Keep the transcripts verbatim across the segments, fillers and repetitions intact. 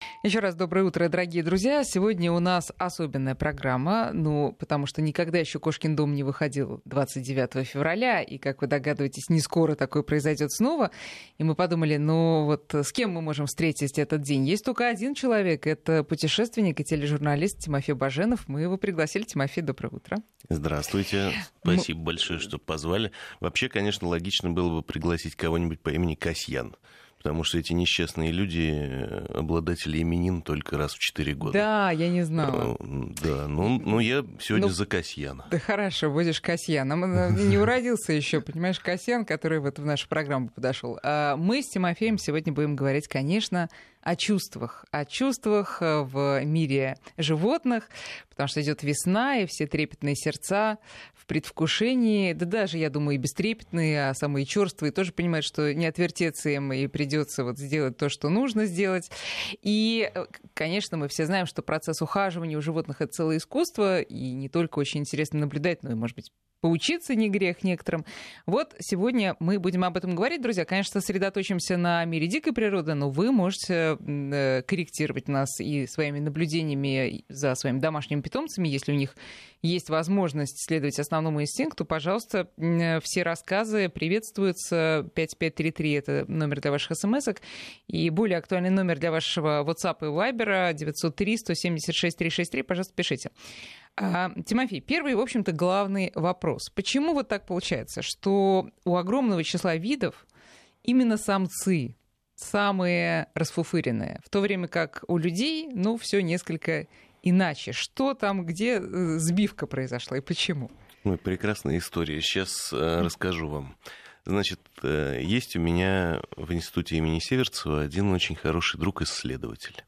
Еще раз доброе утро, дорогие друзья. Сегодня у нас особенная программа, ну, потому что никогда еще Кошкин дом не выходил двадцать девятого февраля, и, как вы догадываетесь, не скоро такое произойдет снова. И мы подумали, ну вот с кем мы можем встретить этот день? Есть только один человек, это путешественник и тележурналист Тимофей Баженов. Мы его пригласили. Тимофей, доброе утро. Здравствуйте, спасибо ну... большое, что позвали. Вообще, конечно, логично было бы пригласить кого-нибудь по имени Касьян. Потому что эти несчастные люди обладатели именин только раз в четыре года. Да, я не знала. Да, ну, ну я сегодня ну, за Касьяна. Да хорошо, будешь Касьяном. Не уродился еще, понимаешь, Касьян, который вот в нашу программу подошел. Мы с Тимофеем сегодня будем говорить, конечно, о чувствах. О чувствах в мире животных, потому что идет весна, и все трепетные сердца в предвкушении, да даже, я думаю, и бестрепетные, а самые черствые тоже понимают, что не отвертеться им и придется вот сделать то, что нужно сделать. И, конечно, мы все знаем, что процесс ухаживания у животных — это целое искусство, и не только очень интересно наблюдать, но и, может быть, поучиться не грех некоторым. Вот сегодня мы будем об этом говорить, друзья. Конечно, сосредоточимся на мире дикой природы, но вы можете корректировать нас и своими наблюдениями за своими домашними питомцами, если у них есть возможность следовать основному инстинкту. Пожалуйста, все рассказы приветствуются. пять пять три три — это номер для ваших смс-ок. И более актуальный номер для вашего WhatsApp и Viber — девятьсот три сто семьдесят шесть триста шестьдесят три. Пожалуйста, пишите. А, Тимофей, первый, в общем-то, главный вопрос. Почему вот так получается, что у огромного числа видов именно самцы самые расфуфыренные, в то время как у людей, ну, все несколько иначе? Что там, где сбивка произошла и почему? Ну, прекрасная история. Сейчас э, расскажу вам. Значит, э, есть у меня в институте имени Северцева один очень хороший друг-исследователь.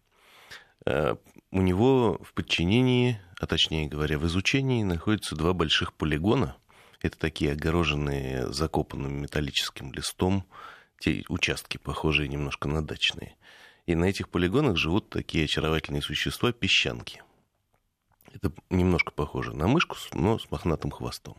Э, у него в подчинении, а точнее говоря, в изучении находятся два больших полигона. Это такие огороженные закопанным металлическим листом те участки, похожие немножко на дачные. И на этих полигонах живут такие очаровательные существа — песчанки. Это немножко похоже на мышку, но с мохнатым хвостом.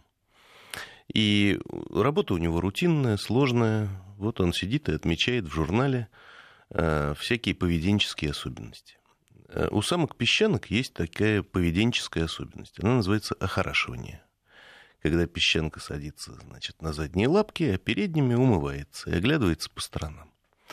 И работа у него рутинная, сложная. Вот он сидит и отмечает в журнале э, всякие поведенческие особенности. У самок-песчанок есть такая поведенческая особенность. Она называется охорашивание. Когда песчанка садится, значит, на задние лапки, а передними умывается и оглядывается по сторонам.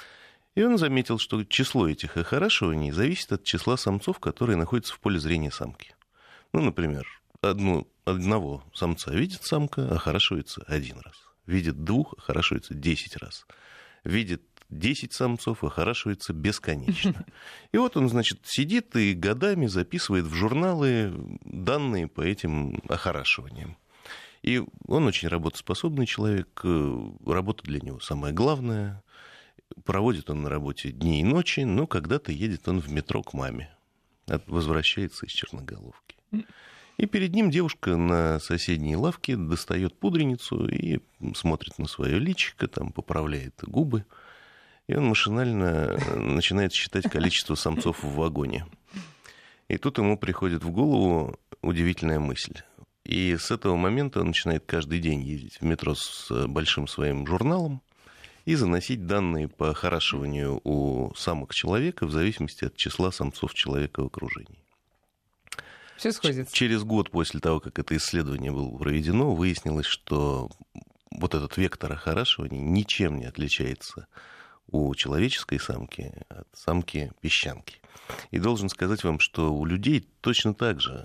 И он заметил, что число этих охорашиваний зависит от числа самцов, которые находятся в поле зрения самки. Ну, например, одну, одного самца видит самка, охорашивается один раз. Видит двух, охорашивается десять раз. Видит десять самцов, охорашивается бесконечно. И вот он, значит, сидит и годами записывает в журналы данные по этим охорашиваниям. И он очень работоспособный человек, работа для него самое главное. Проводит он на работе дни и ночи, но когда-то едет он в метро к маме, возвращается из Черноголовки. И перед ним девушка на соседней лавке достает пудреницу и смотрит на свое личико, там поправляет губы. И он машинально начинает считать количество самцов в вагоне. И тут ему приходит в голову удивительная мысль. И с этого момента он начинает каждый день ездить в метро с большим своим журналом и заносить данные по охорашиванию у самок человека в зависимости от числа самцов человека в окружении. Все сходится. Через год после того, как это исследование было проведено, выяснилось, что вот этот вектор охорашивания ничем не отличается у человеческой самки от самки-песчанки. И должен сказать вам, что у людей точно так же.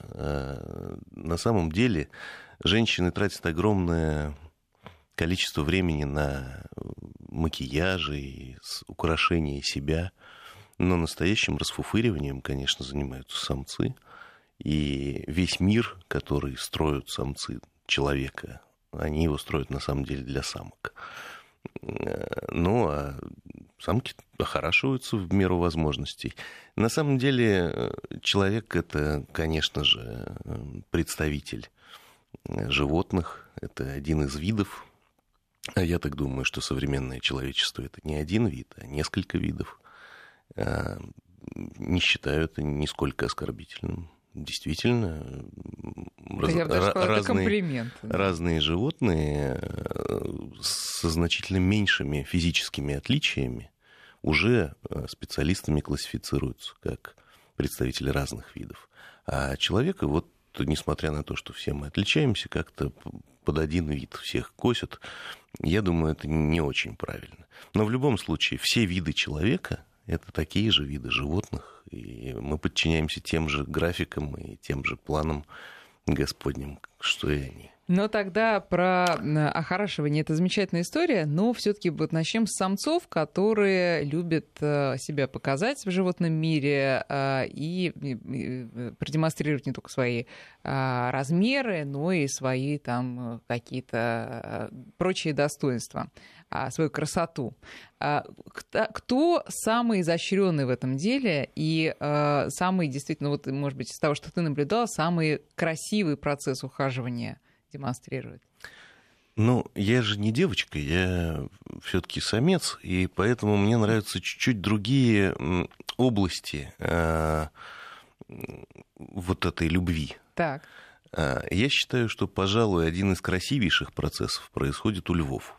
На самом деле женщины тратят огромное количество времени на макияжи и украшение себя, но настоящим расфуфыриванием, конечно, занимаются самцы. И весь мир, который строят самцы человека, они его строят на самом деле для самок. Ну, а самки охорашиваются в меру возможностей. На самом деле человек — это, конечно же, представитель животных, это один из видов. А я так думаю, что современное человечество — это не один вид, а несколько видов. Не считаю это нисколько оскорбительным. Действительно, раз, сказала, разные, разные животные со значительно меньшими физическими отличиями уже специалистами классифицируются как представители разных видов. А человека, вот, несмотря на то, что все мы отличаемся, как-то под один вид всех косят, я думаю, это не очень правильно. Но в любом случае, все виды человека — это такие же виды животных, и мы подчиняемся тем же графикам и тем же планам Господним, что и они. Но тогда про охорашивание — это замечательная история, но все-таки вот начнем с самцов, которые любят себя показать в животном мире и продемонстрировать не только свои размеры, но и свои там какие-то прочие достоинства, свою красоту. Кто самый изощренный в этом деле и самый, действительно, вот, может быть, из того, что ты наблюдала, самый красивый процесс ухаживания демонстрирует? Ну, я же не девочка, я все-таки самец, и поэтому мне нравятся чуть-чуть другие области э, вот этой любви. Так. Я считаю, что, пожалуй, один из красивейших процессов происходит у львов.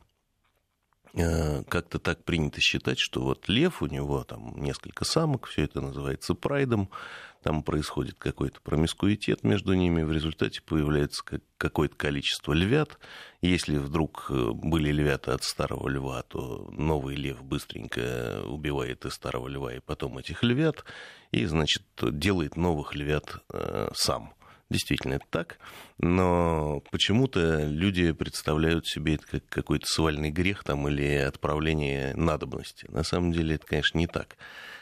Как-то так принято считать, что вот лев, у него там несколько самок, все это называется прайдом, там происходит какой-то промискуитет между ними, в результате появляется какое-то количество львят. Если вдруг были львята от старого льва, то новый лев быстренько убивает и старого льва, и потом этих львят, и, значит, делает новых львят сам. Действительно, это так, но почему-то люди представляют себе это как какой-то свальный грех там, или отправление надобности. На самом деле это, конечно, не так.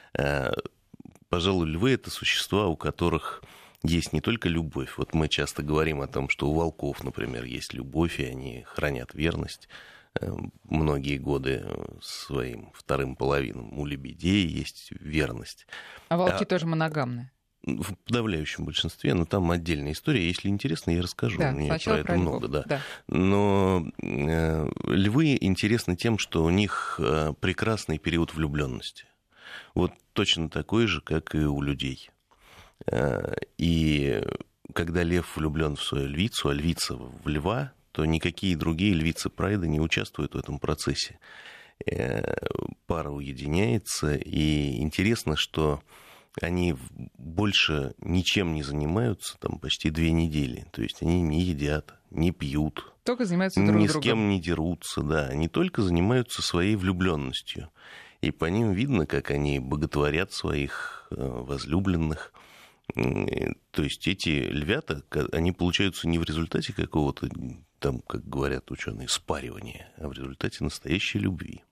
Пожалуй, львы — это существа, у которых есть не только любовь. Вот мы часто говорим о том, что у волков, например, есть любовь, и они хранят верность многие годы своим вторым половинам. У лебедей есть верность. А волки а... тоже моногамные? В подавляющем большинстве, но там отдельная история. Если интересно, я расскажу. Да, Мне про это много, да. да. Но э, львы интересны тем, что у них э, прекрасный период влюбленности. Вот точно такой же, как и у людей. Э, и когда лев влюблен в свою львицу, а львица в льва, то никакие другие львицы прайда не участвуют в этом процессе. Э, пара уединяется, и интересно, что они больше ничем не занимаются там почти две недели. То есть они не едят, не пьют, только занимаются друг ни другом. с кем не дерутся, да. Они только занимаются своей влюбленностью. И по ним видно, как они боготворят своих возлюбленных. То есть эти львята, они получаются не в результате какого-то, там, как говорят ученые, спаривания, а в результате настоящей любви.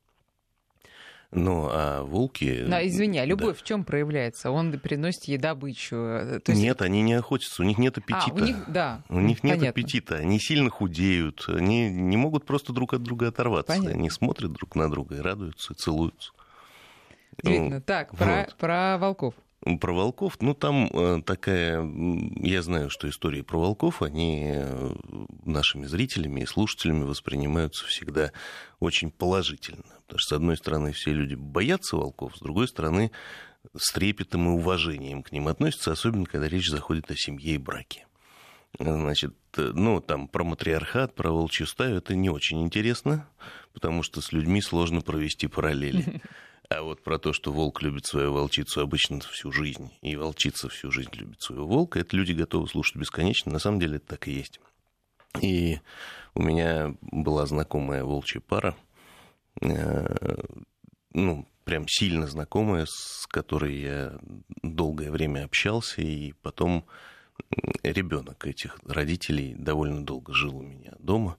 Ну, а волки... Но, извини, а любовь да. в чем проявляется? Он приносит ей добычу? То есть... Нет, они не охотятся, у них нет аппетита. А, у них, да. У них нет Понятно. аппетита, они сильно худеют, они не могут просто друг от друга оторваться. Понятно. Они смотрят друг на друга и радуются, и целуются. Видно. Ну, так, про, вот. про волков. Про волков, ну, там такая... Я знаю, что истории про волков, они нашими зрителями и слушателями воспринимаются всегда очень положительно. Потому что, с одной стороны, все люди боятся волков, с другой стороны, с трепетом и уважением к ним относятся, особенно, когда речь заходит о семье и браке. Значит, ну, там про матриархат, про волчью стаю это не очень интересно, потому что с людьми сложно провести параллели. А вот про то, что волк любит свою волчицу обычно всю жизнь, и волчица всю жизнь любит своего волка, это люди готовы слушать бесконечно. На самом деле это так и есть. И у меня была знакомая волчья пара, ну, прям сильно знакомая, с которой я долгое время общался, и потом ребенок этих родителей довольно долго жил у меня дома.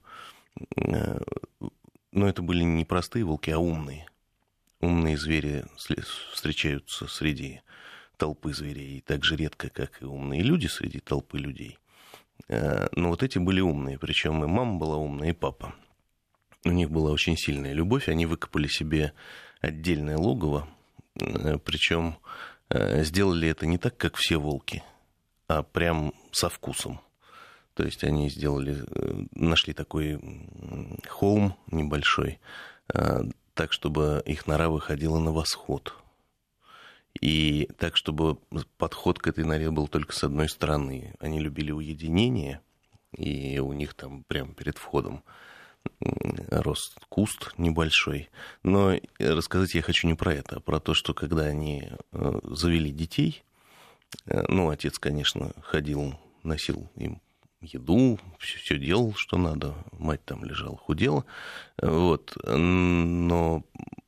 Но это были не простые волки, а умные. Умные звери встречаются среди толпы зверей так же редко, как и умные люди среди толпы людей. Но вот эти были умные, причем и мама была умная, и папа. У них была очень сильная любовь, они выкопали себе отдельное логово, причем сделали это не так, как все волки, а прям со вкусом. То есть они сделали, нашли такой холм небольшой, так, чтобы их нора выходила на восход. И так, чтобы подход к этой норе был только с одной стороны. Они любили уединение, и у них там прямо перед входом рос куст небольшой. Но рассказать я хочу не про это, а про то, что когда они завели детей, ну, отец, конечно, ходил, носил им еду, все, все делал, что надо, мать там лежала, худела, вот, но,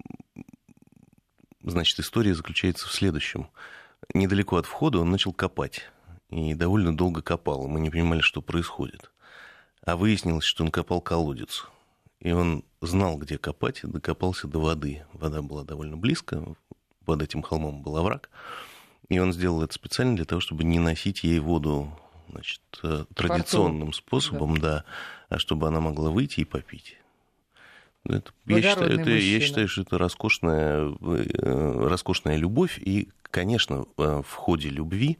значит, история заключается в следующем. Недалеко от входа он начал копать, и довольно долго копал, и мы не понимали, что происходит. А выяснилось, что он копал колодец, и он знал, где копать, и докопался до воды. Вода была довольно близко, под этим холмом был овраг, и он сделал это специально для того, чтобы не носить ей воду, значит, традиционным способом, да. да, а чтобы она могла выйти и попить. Это, я, считаю, это, я считаю, что это роскошная, роскошная любовь, и, конечно, в ходе любви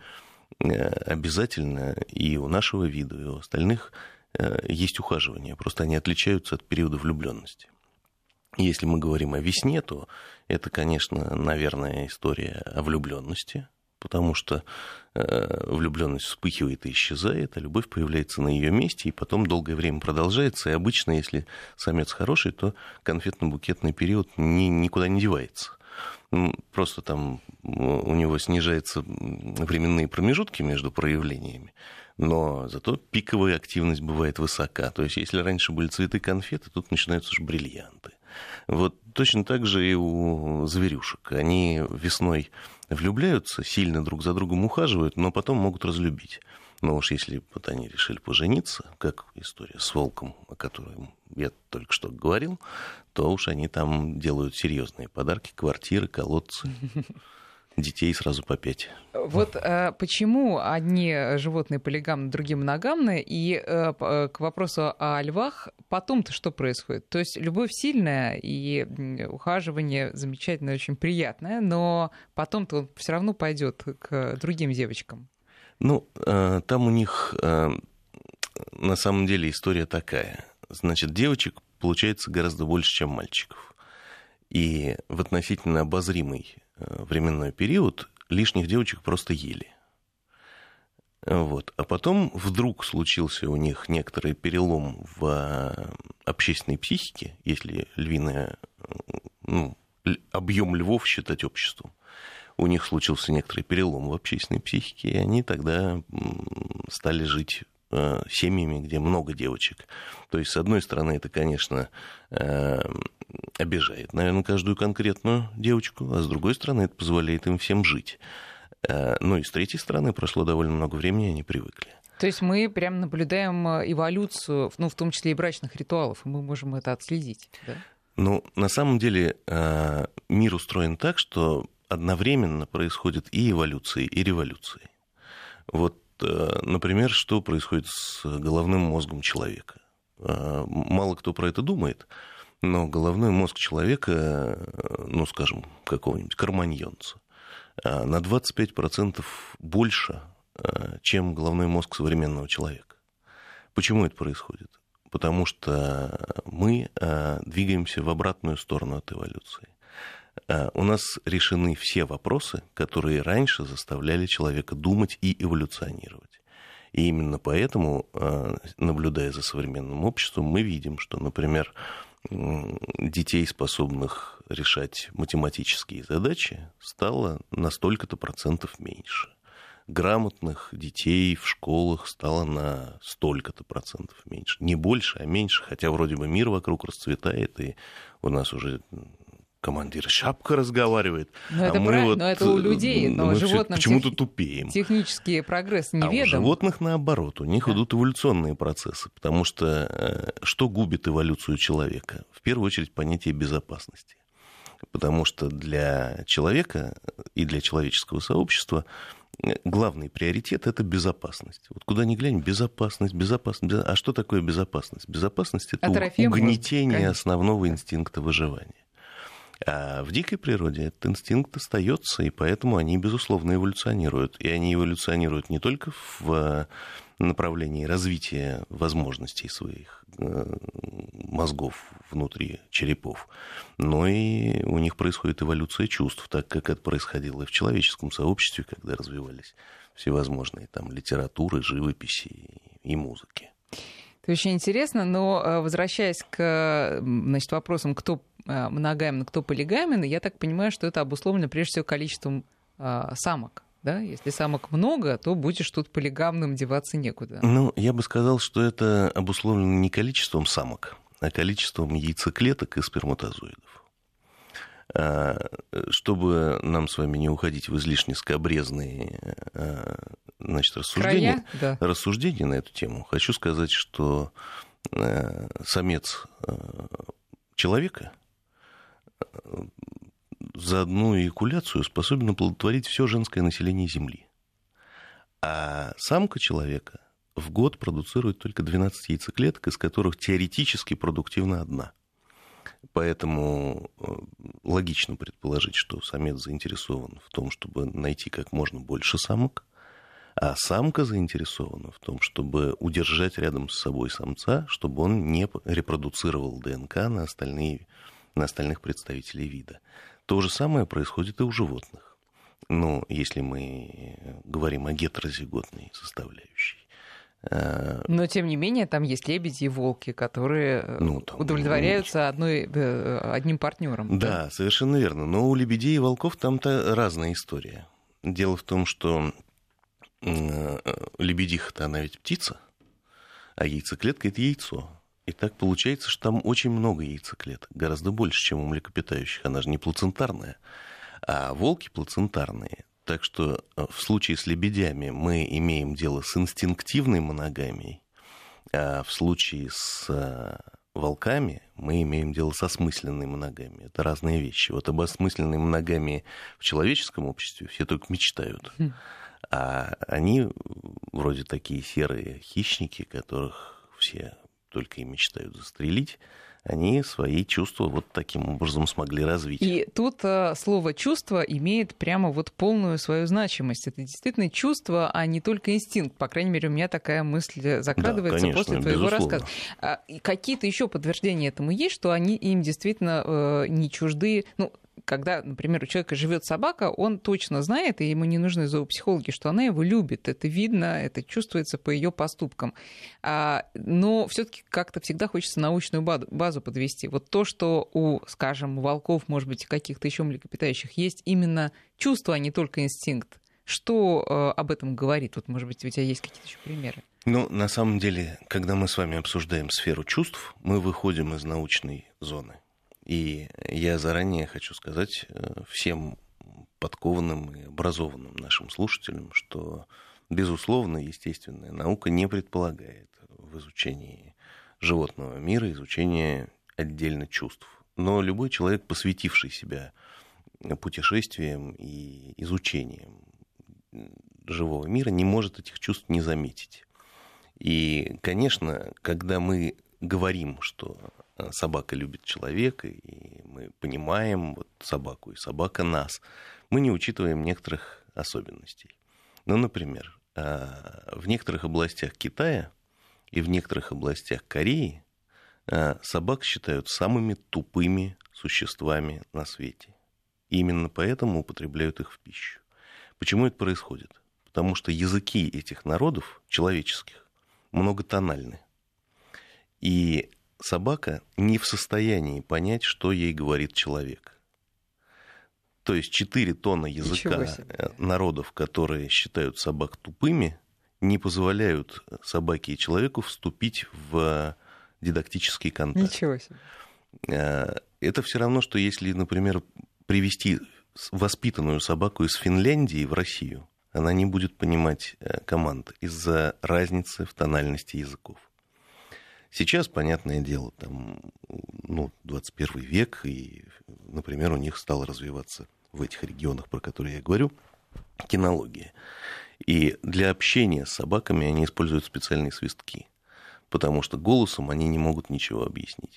обязательно и у нашего вида, и у остальных есть ухаживание, просто они отличаются от периода влюбленности. Если мы говорим о весне, то это, конечно, наверное, история о влюбленности, потому что э, влюбленность вспыхивает и исчезает, а любовь появляется на ее месте, и потом долгое время продолжается. И обычно, если самец хороший, то конфетно-букетный период ни, никуда не девается. Просто там у него снижаются временные промежутки между проявлениями, но зато пиковая активность бывает высока. То есть, если раньше были цветы конфеты, тут начинаются уже бриллианты. Вот точно так же и у зверюшек. Они весной влюбляются, сильно друг за другом ухаживают, но потом могут разлюбить. Но уж если вот они решили пожениться, как история с волком, о которой я только что говорил, то уж они там делают серьезные подарки, квартиры, колодцы. Детей сразу по пять. Вот э, почему одни животные полигамны, другие моногамны? И э, к вопросу о львах, потом-то что происходит? То есть любовь сильная и ухаживание замечательное, очень приятное, но потом-то он все равно пойдет к другим девочкам. Ну, э, там у них э, на самом деле история такая. Значит, девочек получается гораздо больше, чем мальчиков. И в относительно обозримый временной период лишних девочек просто ели. Вот. А потом вдруг случился у них некоторый перелом в общественной психике, если львиная, ну, объем львов считать обществом. У них случился некоторый перелом в общественной психике, и они тогда стали жить семьями, где много девочек. То есть, с одной стороны, это, конечно, обижает, наверное, каждую конкретную девочку, а с другой стороны, это позволяет им всем жить. Ну и с третьей стороны, прошло довольно много времени, они привыкли. То есть мы прям наблюдаем эволюцию, ну, в том числе и брачных ритуалов, и мы можем это отследить, да? Ну, на самом деле, мир устроен так, что одновременно происходит и эволюция, и революция. Вот, например, что происходит с головным мозгом человека. Мало кто про это думает, но головной мозг человека, ну, скажем, какого-нибудь кроманьонца, на двадцать пять процентов больше, чем головной мозг современного человека. Почему это происходит? Потому что мы двигаемся в обратную сторону от эволюции. У нас решены все вопросы, которые раньше заставляли человека думать и эволюционировать. И именно поэтому, наблюдая за современным обществом, мы видим, что, например, детей, способных решать математические задачи, стало на столько-то процентов меньше. Грамотных детей в школах стало на столько-то процентов меньше. Не больше, а меньше, хотя вроде бы мир вокруг расцветает, и у нас уже командир шапка разговаривает. Но а это, мы правильно, вот, но это у людей, но мы животным почему-то тех... тупеем. Технический прогресс неведом. А у животных наоборот, у них да. идут эволюционные процессы, потому что что губит эволюцию человека? В первую очередь понятие безопасности. Потому что для человека и для человеческого сообщества главный приоритет – это безопасность. Вот куда ни глянь, безопасность, безопасность. А что такое безопасность? Безопасность – это Атрофия угнетение может, основного инстинкта выживания. А в дикой природе этот инстинкт остается, и поэтому они, безусловно, эволюционируют. И они эволюционируют не только в направлении развития возможностей своих мозгов внутри черепов, но и у них происходит эволюция чувств, так как это происходило и в человеческом сообществе, когда развивались всевозможные там литературы, живописи и музыки. Это очень интересно, но возвращаясь к, значит, вопросам, кто моногамен, кто полигамен, я так понимаю, что это обусловлено прежде всего количеством а, самок. Да? Если самок много, то будешь тут полигамным, деваться некуда. Ну, я бы сказал, что это обусловлено не количеством самок, а количеством яйцеклеток и сперматозоидов. Чтобы нам с вами не уходить в излишне скабрезные, значит, рассуждения, Края? Да. рассуждения на эту тему, хочу сказать, что самец человека за одну эякуляцию способен оплодотворить все женское население Земли. А самка человека в год продуцирует только двенадцать яйцеклеток, из которых теоретически продуктивна одна. Поэтому логично предположить, что самец заинтересован в том, чтобы найти как можно больше самок, а самка заинтересована в том, чтобы удержать рядом с собой самца, чтобы он не репродуцировал ДНК на, остальные, на остальных представителей вида. То же самое происходит и у животных. Ну, если мы говорим о гетерозиготной составляющей. Но, тем не менее, там есть лебеди и волки, которые ну, там, удовлетворяются одной, одним партнером. Да, да, совершенно верно. Но у лебедей и волков там-то разная история. Дело в том, что лебедиха-то она ведь птица, а яйцеклетка — это яйцо. И так получается, что там очень много яйцеклеток, гораздо больше, чем у млекопитающих. Она же не плацентарная, а волки плацентарные. Так что в случае с лебедями мы имеем дело с инстинктивной моногамией, а в случае с волками мы имеем дело с осмысленной моногамией. Это разные вещи. Вот об осмысленной моногамии в человеческом обществе все только мечтают. А они вроде такие серые хищники, которых все только и мечтают застрелить, они свои чувства вот таким образом смогли развить. И тут а, слово «чувство» имеет прямо вот полную свою значимость. Это действительно чувство, а не только инстинкт. По крайней мере, у меня такая мысль закрадывается, да, конечно, после твоего безусловно. рассказа. А, какие-то еще подтверждения этому есть, что они им действительно э, не чужды? Ну, когда, например, у человека живет собака, он точно знает, и ему не нужны зоопсихологи, что она его любит. Это видно, это чувствуется по ее поступкам. А, но все-таки как-то всегда хочется научную базу подвести. Вот то, что у, скажем, волков, может быть, каких-то еще млекопитающих есть именно чувство, а не только инстинкт. Что э, об этом говорит? Вот, может быть, у тебя есть какие-то еще примеры? Ну, на самом деле, когда мы с вами обсуждаем сферу чувств, мы выходим из научной зоны. И я заранее хочу сказать всем подкованным и образованным нашим слушателям, что, безусловно, естественная наука не предполагает в изучении животного мира изучение отдельно чувств. Но любой человек, посвятивший себя путешествиям и изучениям живого мира, не может этих чувств не заметить. И, конечно, когда мы говорим, что собака любит человека, и мы понимаем вот собаку, и собака нас, мы не учитываем некоторых особенностей. Ну, например, в некоторых областях Китая и в некоторых областях Кореи собак считают самыми тупыми существами на свете. И именно поэтому употребляют их в пищу. Почему это происходит? Потому что языки этих народов, человеческих, многотональны. И собака не в состоянии понять, что ей говорит человек. То есть четыре тонна языка народов, которые считают собак тупыми, не позволяют собаке и человеку вступить в дидактический контакт. Ничего себе. Это все равно, что если, например, привезти воспитанную собаку из Финляндии в Россию, она не будет понимать команд из-за разницы в тональности языков. Сейчас, понятное дело, там, ну, двадцать первый век, и, например, у них стала развиваться в этих регионах, про которые я говорю, кинология. И для общения с собаками они используют специальные свистки, потому что голосом они не могут ничего объяснить.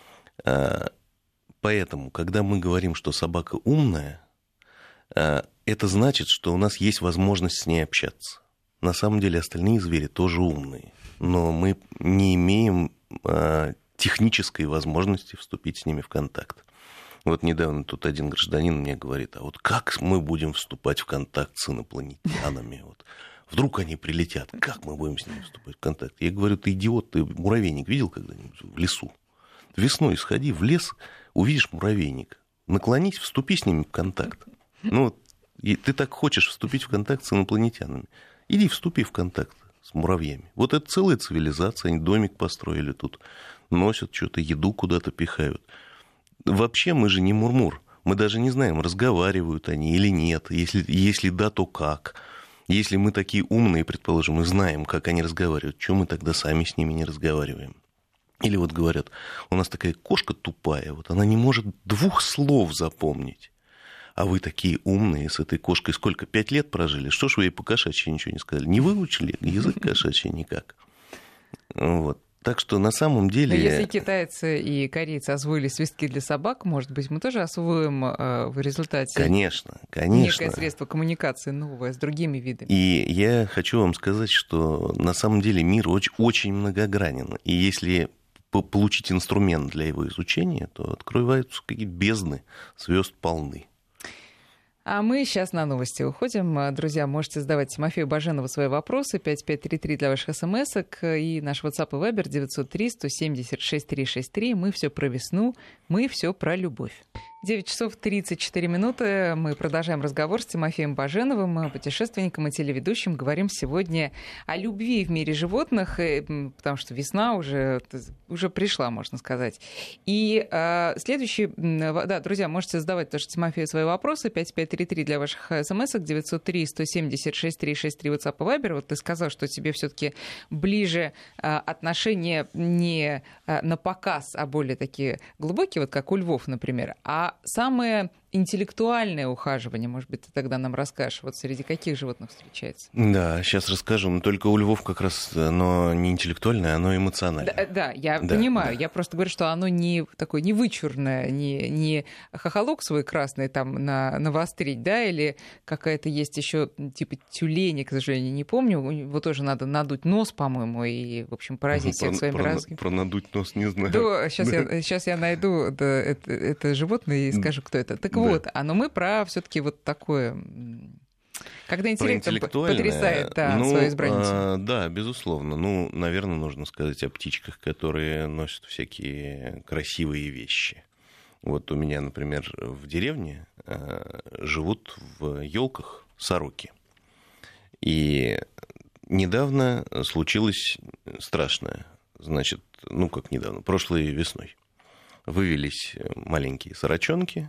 Поэтому, когда мы говорим, что собака умная, это значит, что у нас есть возможность с ней общаться. На самом деле остальные звери тоже умные, но мы не имеем а, технической возможности вступить с ними в контакт. Вот недавно тут один гражданин мне говорит, а вот как мы будем вступать в контакт с инопланетянами? Вот Вдруг они прилетят. Как мы будем с ними вступать в контакт? Я говорю, ты идиот, ты муравейник видел когда-нибудь в лесу? Весной сходи в лес, увидишь муравейник. Наклонись, вступи с ними в контакт. Ну, и ты так хочешь вступить в контакт с инопланетянами. Иди вступи в контакт с муравьями. Вот это целая цивилизация. Они домик построили тут. Носят что-то, еду куда-то пихают. Вообще мы же не мурмур. Мы даже не знаем, разговаривают они или нет. Если, если да, то как. Если мы такие умные, предположим, и знаем, как они разговаривают, чего мы тогда сами с ними не разговариваем? Или вот говорят, у нас такая кошка тупая, вот она не может двух слов запомнить. А вы такие умные, с этой кошкой сколько? Пять лет прожили? Что ж вы ей по-кошачьи ничего не сказали? Не выучили язык кошачий никак? Вот. Так что на самом деле... Но если китайцы и корейцы освоили свистки для собак, может быть, мы тоже освоим э, в результате... Конечно, конечно. Некое средство коммуникации новое с другими видами. И я хочу вам сказать, что на самом деле мир очень, очень многогранен. И если получить инструмент для его изучения, то открываются какие-то бездны, звезд полны. А мы сейчас на новости уходим. Друзья, можете задавать Тимофею Баженову свои вопросы. пять пять три три для ваших смс-ок. И наш WhatsApp и Viber девятьсот три сто семьдесят шесть триста шестьдесят три. Мы все про весну, мы все про любовь. девять часов тридцать четыре минуты. Мы продолжаем разговор с Тимофеем Баженовым, путешественником и телеведущим. Говорим сегодня о любви в мире животных, потому что весна уже, уже пришла, можно сказать. И э, следующий... Да, друзья, можете задавать тоже Тимофею свои вопросы. пять пять три три для ваших смс-ок. девятьсот три сто семьдесят шесть триста шестьдесят три WhatsApp и Viber. Вот ты сказал, что тебе все-таки ближе э, отношения не э, на показ, а более такие глубокие, вот как у львов, например, а самое интеллектуальное ухаживание, может быть, ты тогда нам расскажешь, вот среди каких животных встречается? Да, сейчас расскажу, но только у львов как раз оно не интеллектуальное, оно эмоциональное. Да, да я да, понимаю, да. Я просто говорю, что оно не такое, не вычурное, не, не хохолок свой красный там на, навострить, да, или какая-то есть еще типа тюлени, к сожалению, не помню, его тоже надо надуть нос, по-моему, и, в общем, поразить всех про, своими про, разгами. Про надуть нос не знаю. Да, сейчас, да. Я, сейчас я найду да, это, это животное и скажу, кто это. Так да. Вот, а но мы про все-таки вот такое, когда интеллектом потрясает да, ну, свою избранницу. А, да, безусловно. Ну, наверное, нужно сказать о птичках, которые носят всякие красивые вещи. Вот у меня, например, в деревне а, живут в елках сороки. И недавно случилось страшное. Значит, ну как недавно, прошлой весной. Вывелись маленькие сорочонки,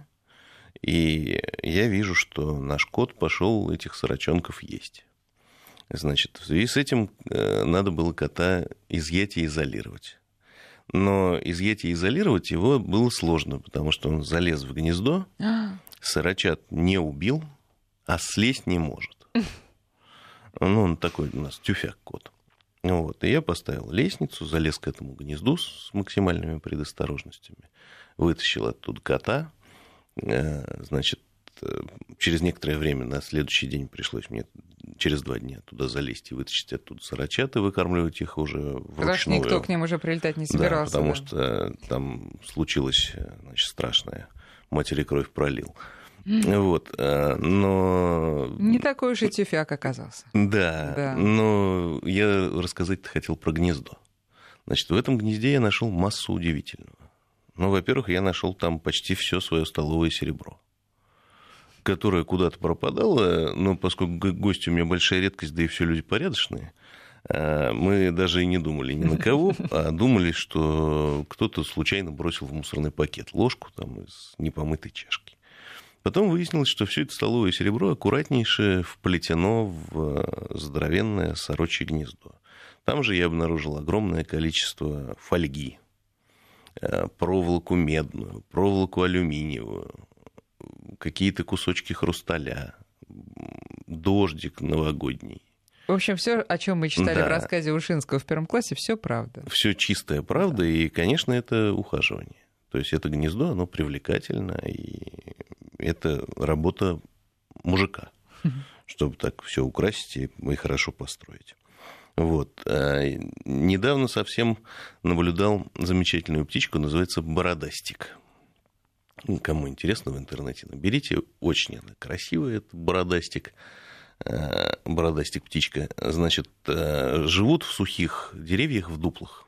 и я вижу, что наш кот пошел этих сорочонков есть. Значит, в связи с этим надо было кота изъять и изолировать. Но изъять и изолировать его было сложно, потому что он залез в гнездо, сорочат не убил, а слезть не может. Ну, он такой у нас тюфяк кот. Вот. И я поставил лестницу, залез к этому гнезду с максимальными предосторожностями, вытащил оттуда кота. Значит, через некоторое время, на следующий день пришлось мне через два дня туда залезть и вытащить оттуда сорочат и выкармливать их уже вручную. Потому что никто к ним уже прилетать не собирался. Да, потому да. что там случилось, значит, страшное. Матери кровь пролил. Вот, но... Не такой уж и тюфяк оказался. Да, да, но я рассказать-то хотел про гнездо. Значит, в этом гнезде я нашел массу удивительного. Ну, во-первых, я нашел там почти все свое столовое серебро, которое куда-то пропадало, но поскольку гости у меня большая редкость, да и все люди порядочные, мы даже и не думали ни на кого, а думали, что кто-то случайно бросил в мусорный пакет ложку там из непомытой чашки. Потом выяснилось, что все это столовое серебро аккуратнейше вплетено в здоровенное сорочье гнездо. Там же я обнаружил огромное количество фольги, проволоку медную, проволоку алюминиевую, какие-то кусочки хрусталя, дождик новогодний. В общем, все, о чем мы читали да. в рассказе Ушинского в первом классе, все правда. Все чистая правда, да. И, конечно, это ухаживание. То есть это гнездо, оно привлекательно, и это работа мужика, чтобы так все украсить и, и хорошо построить. Вот. А недавно совсем наблюдал замечательную птичку, называется бородастик. Кому интересно в интернете, наберите, очень она красивая, это бородастик. бородастик птичка, значит, живут в сухих деревьях в дуплах.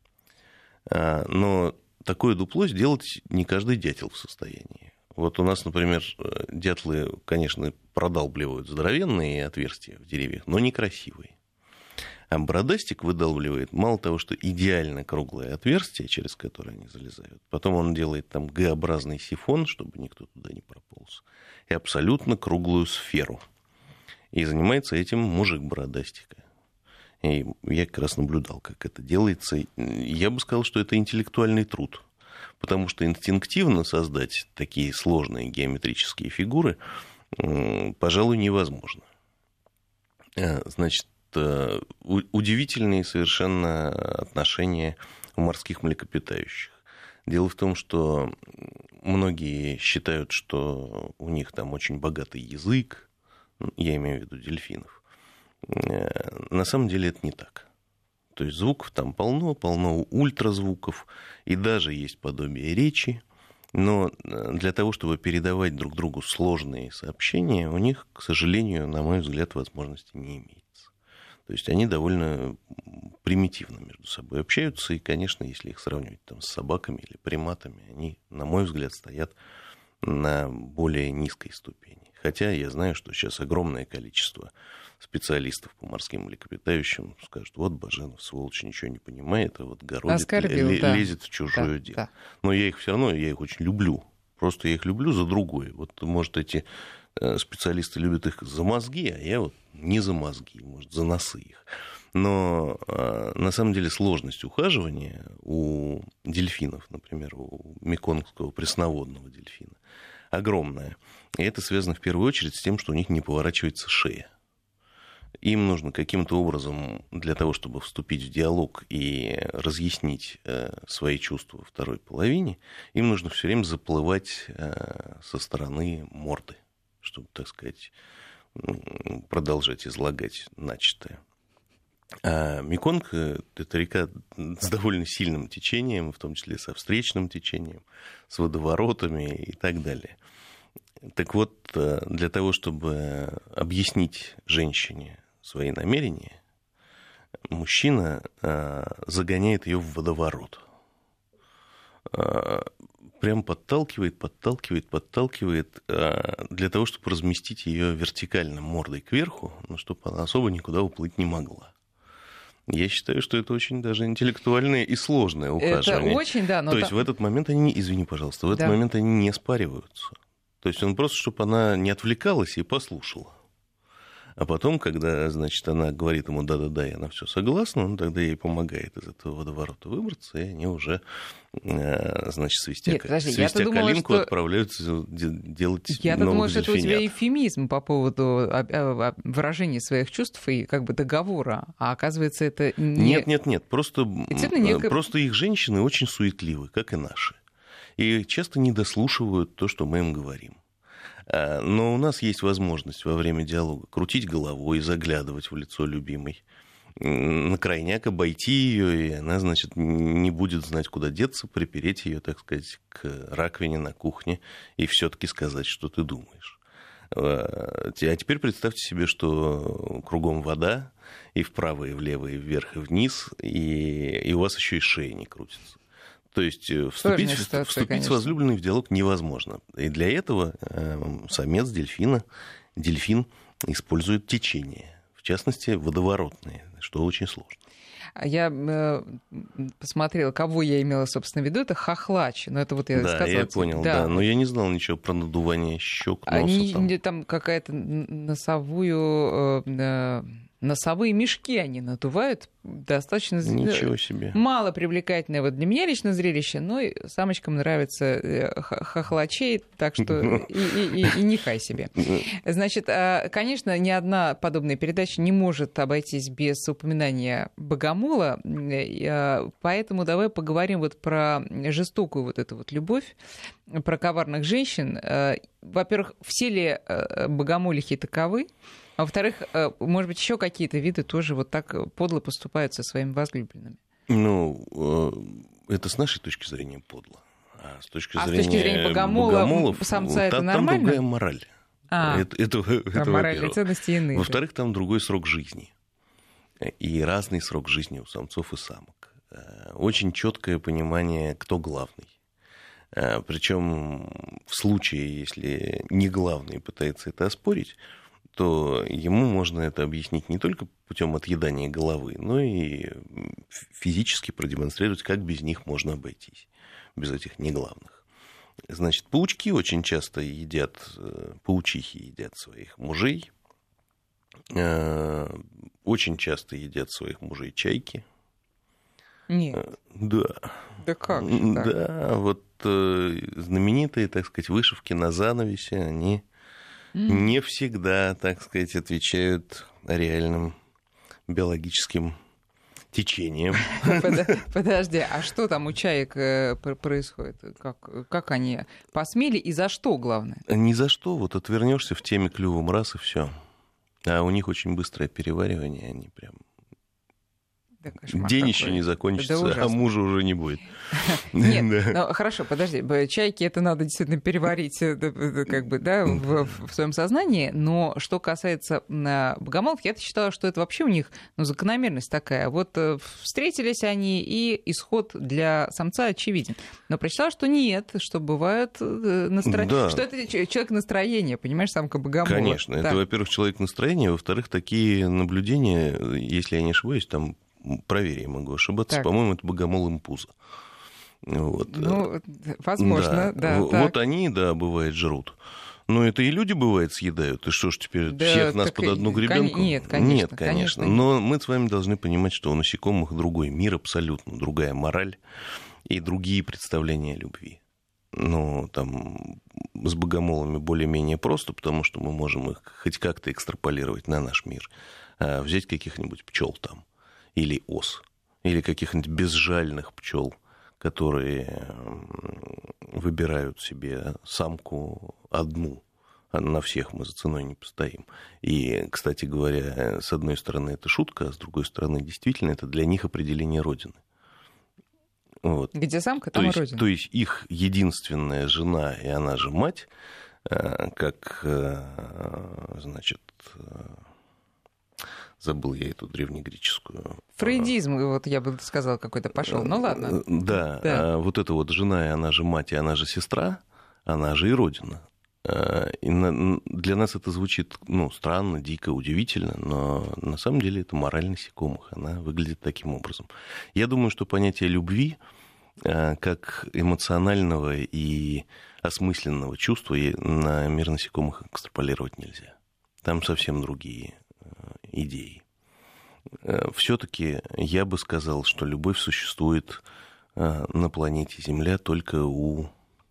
Но такое дупло сделать не каждый дятел в состоянии. Вот у нас, например, дятлы, конечно, продалбливают здоровенные отверстия в деревьях, но некрасивые. А бородастик выдалбливает мало того, что идеально круглое отверстие, через которое они залезают, потом он делает там Г-образный сифон, чтобы никто туда не прополз, и абсолютно круглую сферу. И занимается этим мужик бородастика. И я как раз наблюдал, как это делается. Я бы сказал, что это интеллектуальный труд, потому что инстинктивно создать такие сложные геометрические фигуры, пожалуй, невозможно. Значит, удивительные совершенно отношения у морских млекопитающих. Дело в том, что многие считают, что у них там очень богатый язык, я имею в виду дельфинов. На самом деле это не так. То есть звуков там полно, полно ультразвуков, и даже есть подобие речи, но для того, чтобы передавать друг другу сложные сообщения, у них, к сожалению, на мой взгляд, возможности не имеется. То есть они довольно примитивно между собой общаются, и, конечно, если их сравнивать там, с собаками или приматами, они, на мой взгляд, стоят на более низкой ступени. Хотя я знаю, что сейчас огромное количество специалистов по морским млекопитающим скажут: вот Баженов, сволочь, ничего не понимает, а вот городит, Оскорбил, л- да. лезет в чужое да, дело. Да. Но я их все равно, я их очень люблю. Просто я их люблю за другое. Вот, может, эти специалисты любят их за мозги, а я вот не за мозги, может, за носы их. Но на самом деле сложность ухаживания у дельфинов, например, у меконгского пресноводного дельфина, огромная. И это связано в первую очередь с тем, что у них не поворачивается шея. Им нужно каким-то образом, для того, чтобы вступить в диалог и разъяснить свои чувства второй половине, им нужно все время заплывать со стороны морды, чтобы, так сказать, продолжать излагать начатое. А Меконг – это река с довольно сильным течением, в том числе со встречным течением, с водоворотами и так далее. Так вот, для того, чтобы объяснить женщине свои намерения, мужчина загоняет ее в водоворот. Прям подталкивает, подталкивает, подталкивает, для того, чтобы разместить ее вертикально мордой кверху, но чтобы она особо никуда уплыть не могла. Я считаю, что это очень даже интеллектуальное и сложное ухаживание. Это очень, да. Но То та... есть в этот момент они, извини, пожалуйста, в этот да. момент они не спариваются. То есть он просто, чтобы она не отвлекалась и послушала. А потом, когда, значит, она говорит ему да-да-да, и она все согласна, он тогда ей помогает из этого водоворота выбраться, и они уже, значит, свистя, Нет, подожди, свистя думала, калинку, что... отправляются делать Я-то новых думала, что это у тебя дельфинят. эвфемизм по поводу выражения своих чувств и как бы договора, а оказывается это не... Нет, нет, нет, просто, некое... просто их женщины очень суетливы, как и наши, и часто не дослушивают то, что мы им говорим. Но у нас есть возможность во время диалога крутить головой, заглядывать в лицо любимой, на крайняк обойти ее, и она, значит, не будет знать, куда деться, припереть ее, так сказать, к раковине на кухне и все-таки сказать, что ты думаешь. А теперь представьте себе, что кругом вода, и вправо, и влево, и вверх, и вниз, и, и у вас еще и шея не крутится. То есть вступить, ситуация, вступить с возлюбленной в диалог невозможно. И для этого самец дельфина, дельфин использует течение, в частности, водоворотные, что очень сложно. Я э, посмотрела, кого я имела, собственно, в виду. Это хохлач. Но это вот я да, сказала. я понял, да. да. Но я не знал ничего про надувание щек, носа. Они там, там какая-то носовую... Э, Носовые мешки они надувают, достаточно Ничего себе. Мало привлекательное вот для меня лично зрелище, но и самочкам нравится хохлачей, так что и, и, и, и нехай себе. Значит, конечно, ни одна подобная передача не может обойтись без упоминания богомола, поэтому давай поговорим вот про жестокую вот эту вот любовь, про коварных женщин. Во-первых, все ли богомолихи таковы? А во-вторых, может быть, еще какие-то виды тоже вот так подло поступают со своими возлюбленными? Ну, это с нашей точки зрения подло. А с точки а зрения, с точки зрения богомола, богомолов, самца та, это там нормально? другая мораль. А, это, это, это моральные ценности иные. Во-вторых, там другой срок жизни. И разный срок жизни у самцов и самок. Очень четкое понимание, кто главный. Причем в случае, если не главный пытается это оспорить, то ему можно это объяснить не только путем отъедания головы, но и физически продемонстрировать, как без них можно обойтись, без этих неглавных. Значит, паучки очень часто едят, паучихи едят своих мужей, очень часто едят своих мужей чайки. Нет. Да. Да как же так? Да, вот знаменитые, так сказать, вышивки на занавесе, они mm. не всегда, так сказать, отвечают реальным биологическим течением. Подожди, а что там у чаек происходит? Как, как они посмели и за что, главное? Ни за что. Вот отвернешься в теме клювом раз и все. А у них очень быстрое переваривание, они прям... Да, день еще не закончится, да, а мужа уже не будет. Нет, ну, хорошо, подожди. Чайки это надо действительно переварить как бы, да, в, в своем сознании, но что касается богомолов, я считала, что это вообще у них ну, закономерность такая. Вот встретились они, и исход для самца очевиден. Но прочитала, что нет, что бывает настроение, да. Что это человек настроения, понимаешь, самка богомола. Конечно, так. Это, во-первых, человек настроения, во-вторых, такие наблюдения, если я не ошибаюсь, там проверь, я могу ошибаться. Так. По-моему, это богомол импуза. Вот. Ну, возможно, да. да вот они, да, бывает, жрут. Но это и люди, бывает, съедают. И что ж теперь, да, всех нас под одну гребенку? Кон... Нет, конечно. Нет, конечно. конечно. Но мы с вами должны понимать, что у насекомых другой мир абсолютно, другая мораль и другие представления о любви. Ну, там, с богомолами более-менее просто, потому что мы можем их хоть как-то экстраполировать на наш мир. А взять каких-нибудь пчел там. Или ос, или каких-нибудь безжальных пчел, которые выбирают себе самку одну. На всех мы за ценой не постоим. И, кстати говоря, с одной стороны это шутка, а с другой стороны действительно это для них определение родины. Вот. Где самка, там то есть, родина. То есть их единственная жена, и она же мать, как, значит... Забыл я эту древнегреческую. Фрейдизм, вот я бы сказал, какой-то пошел. Ну ладно. Да, да. Вот эта вот жена, и она же мать, и она же сестра, она же и родина. И для нас это звучит ну, странно, дико, удивительно, но на самом деле это мораль насекомых, она выглядит таким образом. Я думаю, что понятие любви как эмоционального и осмысленного чувства на мир насекомых экстраполировать нельзя. Там совсем другие идеи. Все-таки я бы сказал, что любовь существует на планете Земля только у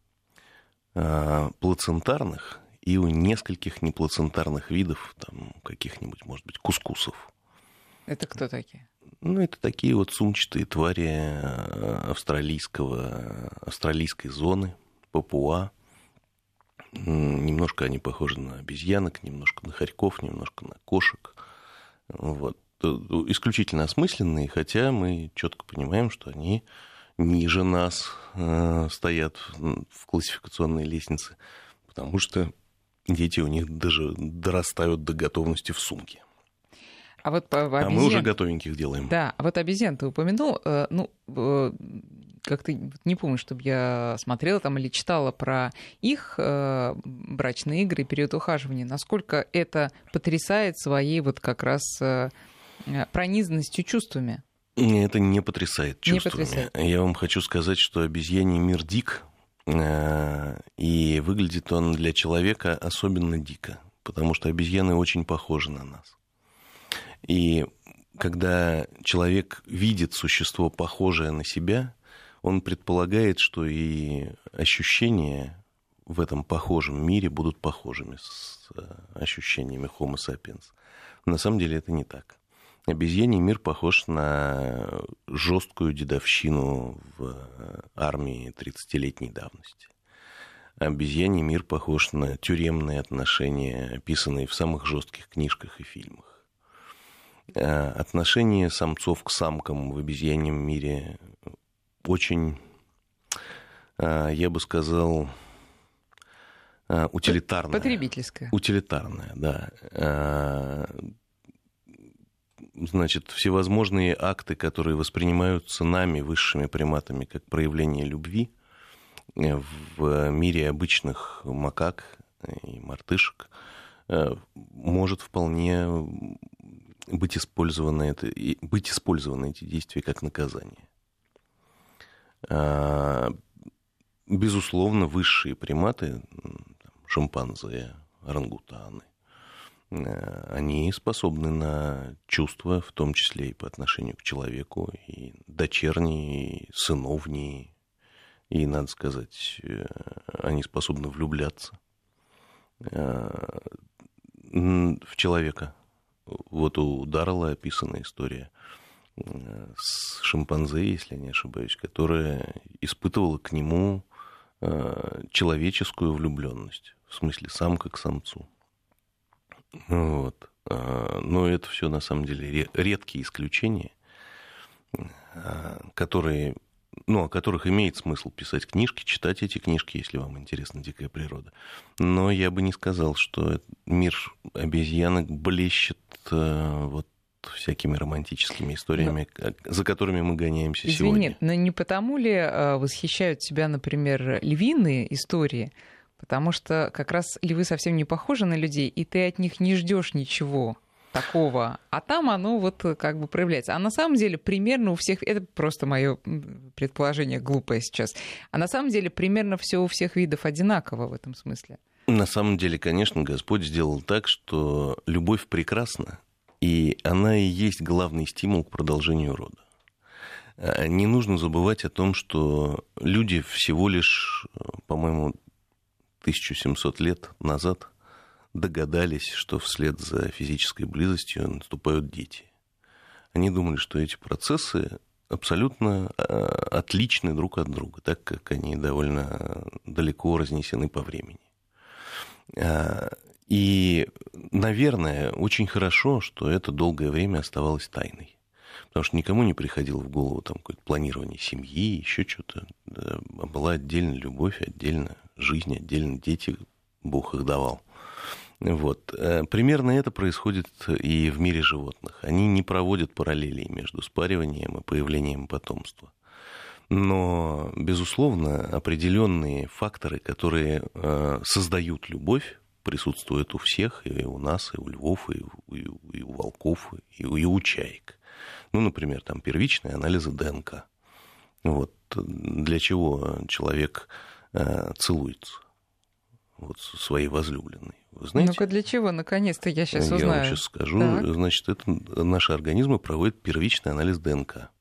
плацентарных и у нескольких неплацентарных видов, там, каких-нибудь, может быть, кускусов. Это кто такие? Ну, это такие вот сумчатые твари австралийского, австралийской зоны, Папуа. Немножко они похожи на обезьянок, немножко на хорьков, немножко на кошек. Вот. Исключительно осмысленные, хотя мы четко понимаем, что они ниже нас э, стоят в классификационной лестнице, потому что дети у них даже дорастают до готовности в сумке. А, вот по, обезьян... а мы уже готовеньких делаем. Да, а вот обезьян ты упомянул, э, ну, э, как-то не помню, чтобы я смотрела там или читала про их э, брачные игры и период ухаживания, насколько это потрясает своей вот как раз э, пронизанностью чувствами. Это не потрясает чувствами. Не потрясает. Я вам хочу сказать, что обезьяний мир дик, э, и выглядит он для человека особенно дико, потому что обезьяны очень похожи на нас. И когда человек видит существо, похожее на себя, он предполагает, что и ощущения в этом похожем мире будут похожими с ощущениями Homo sapiens. На самом деле это не так. Обезьяний мир похож на жесткую дедовщину в армии тридцатилетней давности. Обезьяний мир похож на тюремные отношения, описанные в самых жестких книжках и фильмах. Отношение самцов к самкам в обезьяньем мире очень, я бы сказал, утилитарная. Потребительская. Утилитарная, да. Значит, всевозможные акты, которые воспринимаются нами, высшими приматами, как проявление любви, в мире обычных макак и мартышек, может вполне быть использованы, это, быть использованы эти действия как наказание. Безусловно, высшие приматы, шимпанзе, орангутаны, они способны на чувства, в том числе и по отношению к человеку, и дочерние, и сыновние, и, надо сказать, они способны влюбляться в человека. Вот у Даррелла описана история с шимпанзе, если я не ошибаюсь, которая испытывала к нему человеческую влюбленность, в смысле самка к самцу. Вот. Но это все на самом деле редкие исключения, которые, ну, о которых имеет смысл писать книжки, читать эти книжки, если вам интересна дикая природа. Но я бы не сказал, что мир обезьянок блещет вот всякими романтическими историями, но... за которыми мы гоняемся Извини, сегодня. Извини, но не потому ли восхищают тебя, например, львиные истории? Потому что как раз львы совсем не похожи на людей, и ты от них не ждешь ничего такого. А там оно вот как бы проявляется. А на самом деле примерно у всех... Это просто мое предположение глупое сейчас. А на самом деле примерно все у всех видов одинаково в этом смысле. На самом деле, конечно, Господь сделал так, что любовь прекрасна, и она и есть главный стимул к продолжению рода. Не нужно забывать о том, что люди всего лишь, по-моему, тысяча семьсот лет назад догадались, что вслед за физической близостью наступают дети. Они думали, что эти процессы абсолютно отличны друг от друга, так как они довольно далеко разнесены по времени. И, наверное, очень хорошо, что это долгое время оставалось тайной. Потому что никому не приходило в голову там какое-то планирование семьи, еще что-то. Да, была отдельно любовь, отдельно жизнь, отдельно дети, Бог их давал. Вот. Примерно это происходит и в мире животных. Они не проводят параллелей между спариванием и появлением потомства. Но, безусловно, определенные факторы, которые создают любовь, присутствуют у всех, и у нас, и у львов, и у, и у волков, и у, и у чаек. Ну, например, там первичные анализы ДНК. Вот. Для чего человек э, целуется вот, со своей возлюбленной. Вы знаете? Ну-ка, для чего? Наконец-то я сейчас я узнаю. Я вам сейчас скажу. Так. Значит, это наши организмы проводят первичный анализ ДНК.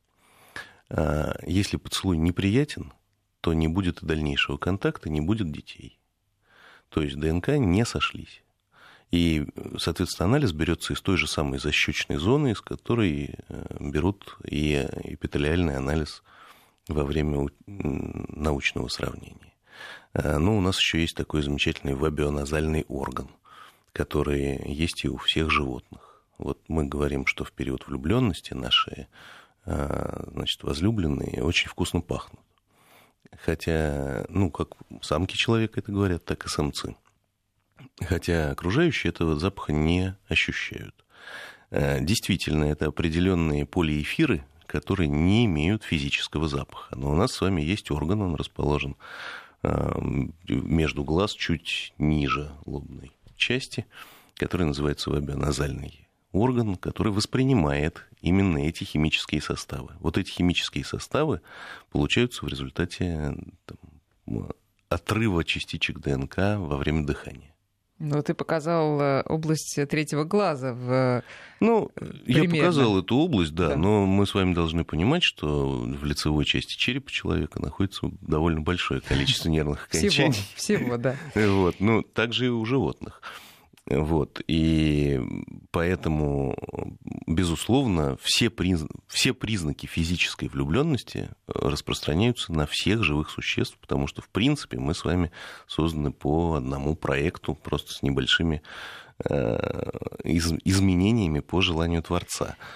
Если поцелуй неприятен, то не будет и дальнейшего контакта, не будет детей. То есть ДНК не сошлись. И, соответственно, анализ берется из той же самой защечной зоны, из которой берут и эпителиальный анализ во время научного сравнения. Но у нас еще есть такой замечательный вабионазальный орган, который есть и у всех животных. Вот мы говорим, что в период влюбленности наши, значит, возлюбленные очень вкусно пахнут. Хотя, ну, как самки человека это говорят, так и самцы. Хотя окружающие этого запаха не ощущают. Действительно, это определенные полиэфиры, которые не имеют физического запаха. Но у нас с вами есть орган, он расположен между глаз, чуть ниже лобной части, который называется вабионазальный орган, который воспринимает именно эти химические составы. Вот эти химические составы получаются в результате там, отрыва частичек ДНК во время дыхания. Ну, ты показал область третьего глаза в... Ну, примерно. Я показал эту область, да, да, но мы с вами должны понимать, что в лицевой части черепа человека находится довольно большое количество нервных окончаний. Всего, всего, да. Вот, ну, также и у животных. Вот, и поэтому, безусловно, все, приз... все признаки физической влюбленности распространяются на всех живых существ, потому что, в принципе, мы с вами созданы по одному проекту, просто с небольшими э, из... изменениями по желанию Творца.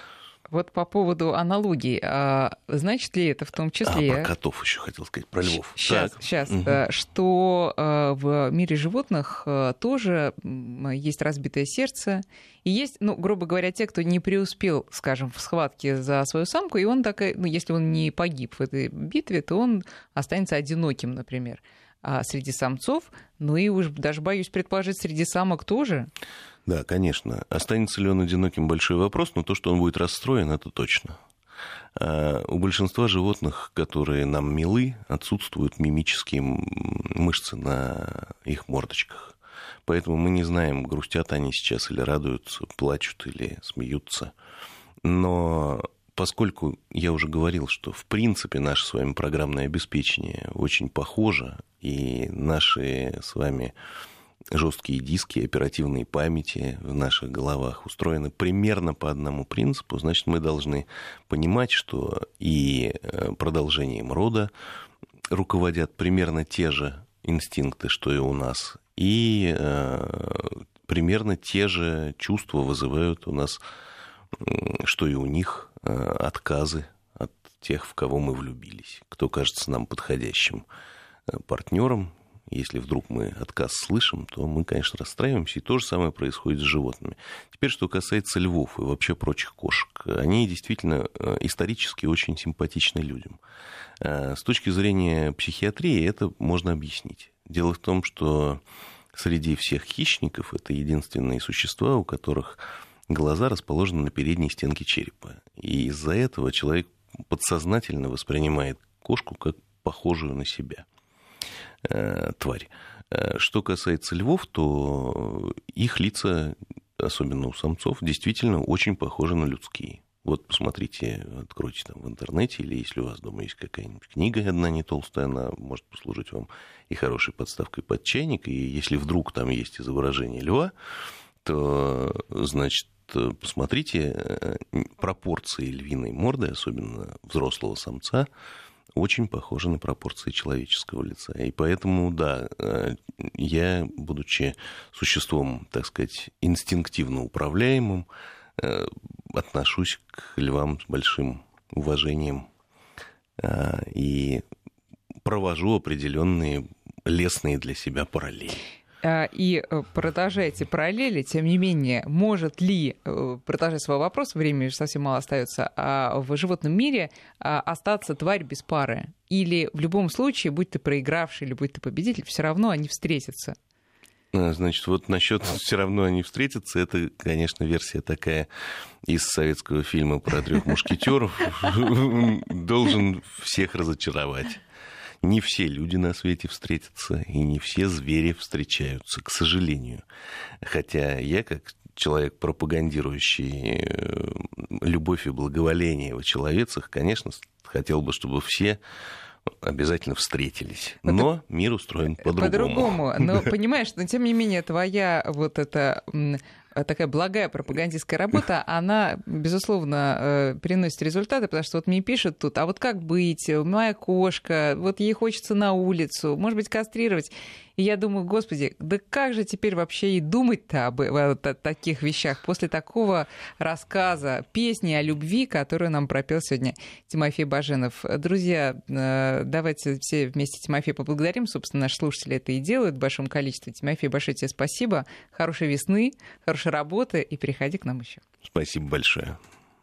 Вот по поводу аналогий, а значит ли это в том числе... А, про котов еще хотел сказать, про львов. Сейчас, так. сейчас Угу. Что в мире животных тоже есть разбитое сердце, и есть, ну, грубо говоря, те, кто не преуспел, скажем, в схватке за свою самку, и он так, ну, если он не погиб в этой битве, то он останется одиноким, например. А среди самцов, ну и уж даже боюсь предположить, среди самок тоже. Да, конечно. Останется ли он одиноким — большой вопрос, но то, что он будет расстроен, это точно. А у большинства животных, которые нам милы, отсутствуют мимические мышцы на их мордочках. Поэтому мы не знаем, грустят они сейчас или радуются, плачут или смеются. Но поскольку я уже говорил, что в принципе наше с вами программное обеспечение очень похоже, и наши с вами жесткие диски оперативной памяти в наших головах устроены примерно по одному принципу, значит, мы должны понимать, что и продолжением рода руководят примерно те же инстинкты, что и у нас, и примерно те же чувства вызывают у нас, что и у них, отказы от тех, в кого мы влюбились, кто кажется нам подходящим партнером. Если вдруг мы отказ слышим, то мы, конечно, расстраиваемся, и то же самое происходит с животными. Теперь, что касается львов и вообще прочих кошек. Они действительно исторически очень симпатичны людям. С точки зрения психиатрии это можно объяснить. Дело в том, что среди всех хищников это единственные существа, у которых глаза расположены на передней стенке черепа. И из-за этого человек подсознательно воспринимает кошку как похожую на себя тварь. Что касается львов, то их лица, особенно у самцов, действительно очень похожи на людские. Вот посмотрите, откройте там в интернете, или если у вас дома есть какая-нибудь книга одна не толстая, она может послужить вам и хорошей подставкой под чайник, и если вдруг там есть изображение льва, то, значит, посмотрите, пропорции львиной морды, особенно взрослого самца, очень похожи на пропорции человеческого лица. И поэтому, да, я, будучи существом, так сказать, инстинктивно управляемым, отношусь к львам с большим уважением и провожу определенные лестные для себя параллели. И продолжая эти параллели, тем не менее, может ли, продолжая свой вопрос, времени совсем мало остается, в животном мире остаться тварь без пары? Или в любом случае, будь ты проигравший или будь ты победитель, все равно они встретятся? Значит, вот насчет все равно они встретятся, это, конечно, версия такая из советского фильма про трех мушкетеров. Должен всех разочаровать. Не все люди на свете встретятся, и не все звери встречаются, к сожалению. Хотя я, как человек, пропагандирующий любовь и благоволение в человецах, конечно, хотел бы, чтобы все обязательно встретились. Но это мир устроен по-другому. По-другому. Но, понимаешь, но тем не менее, твоя вот эта такая благая пропагандистская работа, она, безусловно, приносит результаты, потому что вот мне пишут тут, а вот как быть, моя кошка, вот ей хочется на улицу, может быть, кастрировать. И я думаю, господи, да как же теперь вообще и думать-то об, о таких вещах после такого рассказа, песни о любви, которую нам пропел сегодня Тимофей Баженов. Друзья, давайте все вместе Тимофея поблагодарим. Собственно, наши слушатели это и делают в большом количестве. Тимофей, большое тебе спасибо. Хорошей весны, хорошей работы и приходи к нам еще. Спасибо большое.